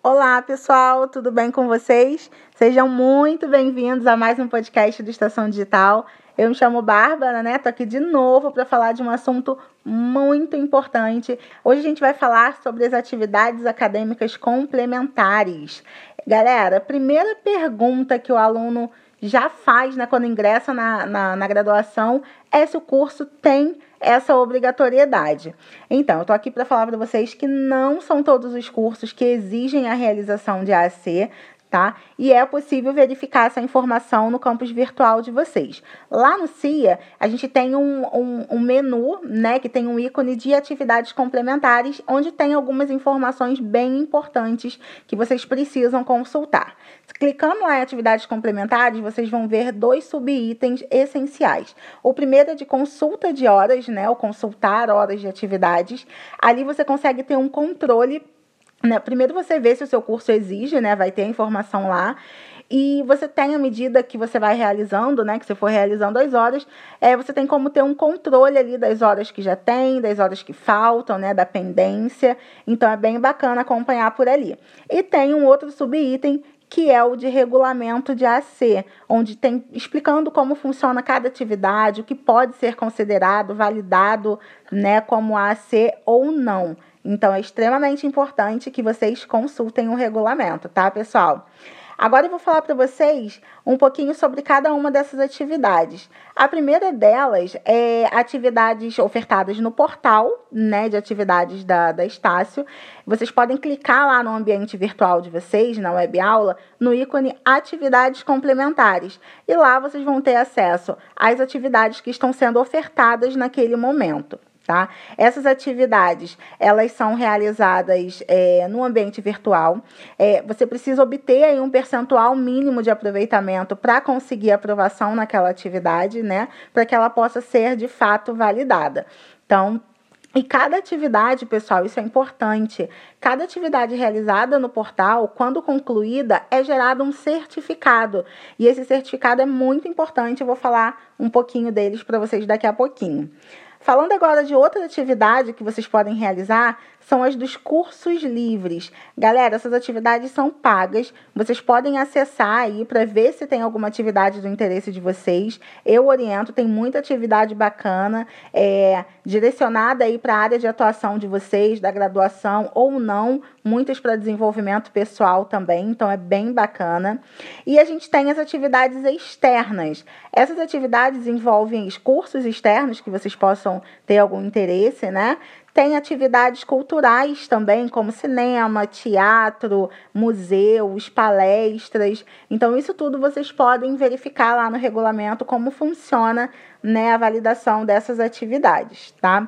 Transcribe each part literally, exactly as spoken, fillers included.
Olá, pessoal, tudo bem com vocês? Sejam muito bem-vindos a mais um podcast do Estação Digital. Eu me chamo Bárbara, né? Tô aqui de novo para falar de um assunto muito importante. Hoje a gente vai falar sobre as atividades acadêmicas complementares. Galera, a primeira pergunta que o aluno já faz, né, quando ingressa na, na, na graduação é se o curso tem essa obrigatoriedade. Então, eu estou aqui para falar para vocês que não são todos os cursos que exigem a realização de A A C, tá? E é possível verificar essa informação no campus virtual de vocês. Lá no C I A, a gente tem um, um, um menu, né, que tem um ícone de atividades complementares, onde tem algumas informações bem importantes que vocês precisam consultar. Clicando lá em atividades complementares, vocês vão ver dois subitens essenciais. O primeiro é de consulta de horas, né, ou consultar horas de atividades. Ali você consegue ter um controle. Né? Primeiro você vê se o seu curso exige, né? Vai ter a informação lá. E você tem, à medida que você vai realizando, né? Que você for realizando as horas, é, você tem como ter um controle ali das horas que já tem, das horas que faltam, né? Da pendência. Então, é bem bacana acompanhar por ali. E tem um outro subitem, que é o de regulamento de A A C, onde tem explicando como funciona cada atividade, o que pode ser considerado, validado, né? Como A A C ou não. Então, é extremamente importante que vocês consultem o regulamento, tá, pessoal? Agora eu vou falar para vocês um pouquinho sobre cada uma dessas atividades. A primeira delas é atividades ofertadas no portal, né, de atividades da, da Estácio. Vocês podem clicar lá no ambiente virtual de vocês, na web aula, no ícone Atividades Complementares. E lá vocês vão ter acesso às atividades que estão sendo ofertadas naquele momento. Tá? Essas atividades, elas são realizadas é, no ambiente virtual. É, você precisa obter aí um percentual mínimo de aproveitamento para conseguir aprovação naquela atividade, né? Para que ela possa ser, de fato, validada. Então, e cada atividade, pessoal, isso é importante, cada atividade realizada no portal, quando concluída, é gerado um certificado. E esse certificado é muito importante, eu vou falar um pouquinho deles para vocês daqui a pouquinho. Falando agora de outra atividade que vocês podem realizar, são as dos cursos livres. Galera, essas atividades são pagas, vocês podem acessar aí para ver se tem alguma atividade do interesse de vocês. Eu oriento, tem muita atividade bacana, é, direcionada aí para a área de atuação de vocês, da graduação ou não, muitas para desenvolvimento pessoal também, então é bem bacana. E a gente tem as atividades externas. Essas atividades envolvem os cursos externos que vocês possam ter algum interesse, né? Tem atividades culturais também, como cinema, teatro, museus, palestras. Então, isso tudo vocês podem verificar lá no regulamento como funciona, né, a validação dessas atividades, tá?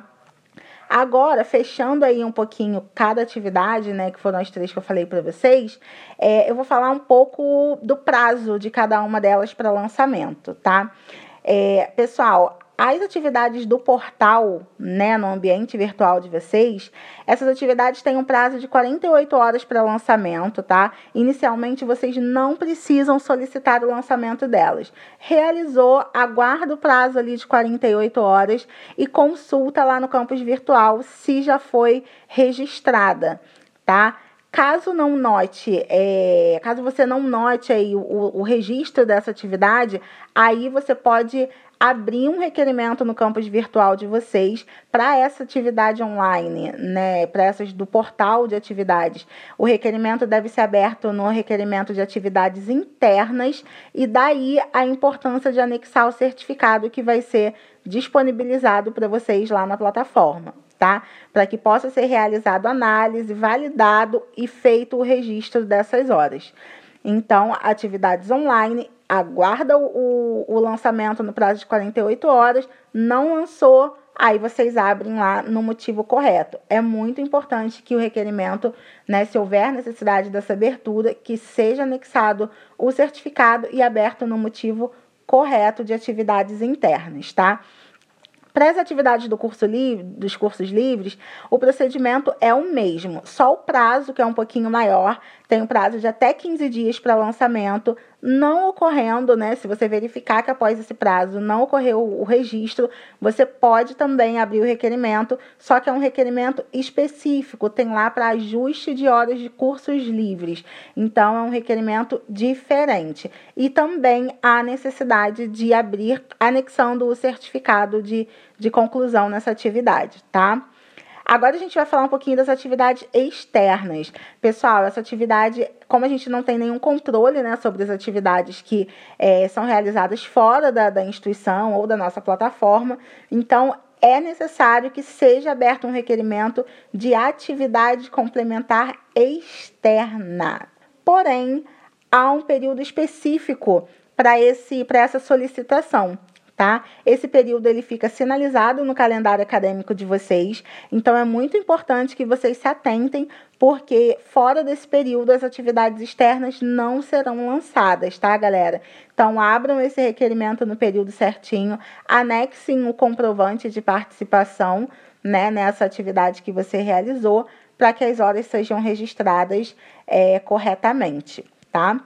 Agora, fechando aí um pouquinho cada atividade, né, que foram as três que eu falei para vocês, é, eu vou falar um pouco do prazo de cada uma delas para lançamento, tá? É, pessoal, as atividades do portal, né, no ambiente virtual de vocês, essas atividades têm um prazo de quarenta e oito horas para lançamento, tá? Inicialmente, vocês não precisam solicitar o lançamento delas. Realizou, aguarda o prazo ali de quarenta e oito horas e consulta lá no campus virtual se já foi registrada, tá? Caso não note, é, caso você não note aí o, o registro dessa atividade, aí você pode abrir um requerimento no campus virtual de vocês para essa atividade online, né? Para essas do portal de atividades. O requerimento deve ser aberto no requerimento de atividades internas e daí a importância de anexar o certificado que vai ser disponibilizado para vocês lá na plataforma, tá? Para que possa ser realizado análise, validado e feito o registro dessas horas. Então, atividades online, aguarda o, o lançamento no prazo de quarenta e oito horas, não lançou, aí vocês abrem lá no motivo correto. É muito importante que o requerimento, né, se houver necessidade dessa abertura, que seja anexado o certificado e aberto no motivo correto de atividades internas, tá? Para as atividades do curso livre, dos cursos livres, o procedimento é o mesmo, só o prazo, que é um pouquinho maior, tem um prazo de até quinze dias para lançamento. Não ocorrendo, né, se você verificar que após esse prazo não ocorreu o registro, você pode também abrir o requerimento, só que é um requerimento específico, tem lá para ajuste de horas de cursos livres. Então, é um requerimento diferente. E também há necessidade de abrir anexando o certificado de, de conclusão nessa atividade, tá? Agora a gente vai falar um pouquinho das atividades externas. Pessoal, essa atividade, como a gente não tem nenhum controle, né, sobre as atividades que é, são realizadas fora da, da instituição ou da nossa plataforma, então é necessário que seja aberto um requerimento de atividade complementar externa. Porém, há um período específico para esse, para essa solicitação. Tá? Esse período ele fica sinalizado no calendário acadêmico de vocês, então é muito importante que vocês se atentem, porque fora desse período as atividades externas não serão lançadas, tá, galera? Então abram esse requerimento no período certinho, anexem o comprovante de participação, né, nessa atividade que você realizou, para que as horas sejam registradas é, corretamente, tá?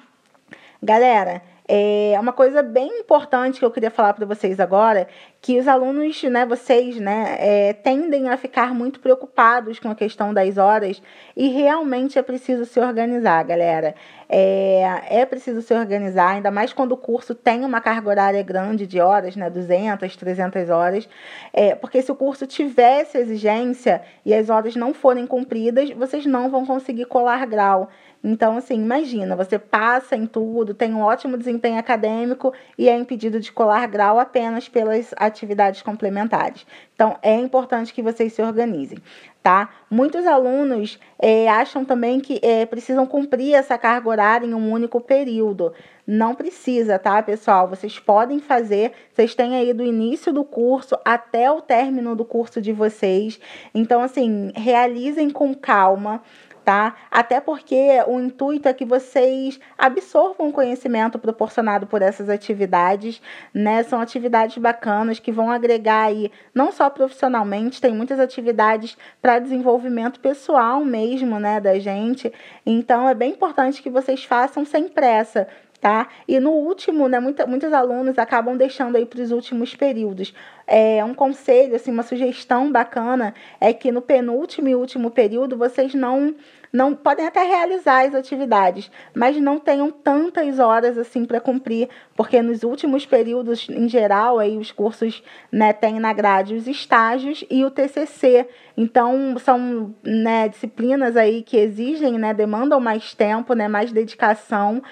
Galera, é uma coisa bem importante que eu queria falar para vocês agora, que os alunos, né, vocês, né, é, tendem a ficar muito preocupados com a questão das horas e realmente é preciso se organizar, galera. É, é preciso se organizar, ainda mais quando o curso tem uma carga horária grande de horas, né, duzentas, trezentas horas, é, porque se o curso tiver essa exigência e as horas não forem cumpridas, vocês não vão conseguir colar grau. Então, assim, imagina, você passa em tudo, tem um ótimo desempenho acadêmico e é impedido de colar grau apenas pelas atividades complementares. Então, é importante que vocês se organizem, tá? Muitos alunos é, acham também que é, precisam cumprir essa carga horária em um único período. Não precisa, tá, pessoal? Vocês podem fazer, vocês têm aí do início do curso até o término do curso de vocês. Então, assim, realizem com calma, tá? Até porque o intuito é que vocês absorvam o conhecimento proporcionado por essas atividades, né? São atividades bacanas que vão agregar aí, não só profissionalmente, tem muitas atividades para desenvolvimento pessoal mesmo, né, da gente. Então, é bem importante que vocês façam sem pressa, tá? E no último, né, muita, muitos alunos acabam deixando aí para os últimos períodos. É, um conselho, assim, uma sugestão bacana é que no penúltimo e último período vocês não, não podem até realizar as atividades, mas não tenham tantas horas assim para cumprir, porque nos últimos períodos, em geral, aí os cursos, né, têm na grade os estágios e o T C C. Então, são, né, disciplinas aí que exigem, né, demandam mais tempo, né, mais dedicação.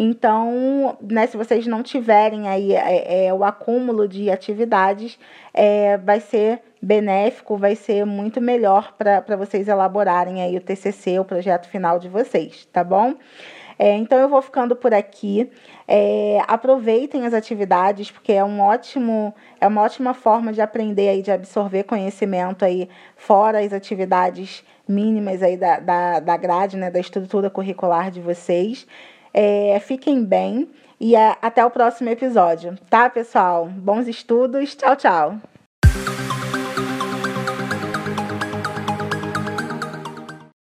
Então, né, se vocês não tiverem aí é, é, o acúmulo de atividades, é, vai ser benéfico, vai ser muito melhor para vocês elaborarem aí o T C C, o projeto final de vocês, tá bom? É, então, eu vou ficando por aqui. É, aproveitem as atividades, porque é, um ótimo, é uma ótima forma de aprender, aí, de absorver conhecimento aí, fora as atividades mínimas aí da, da, da grade, né, da estrutura curricular de vocês. É, fiquem bem e é, até o próximo episódio, tá, pessoal? Bons estudos, tchau, tchau!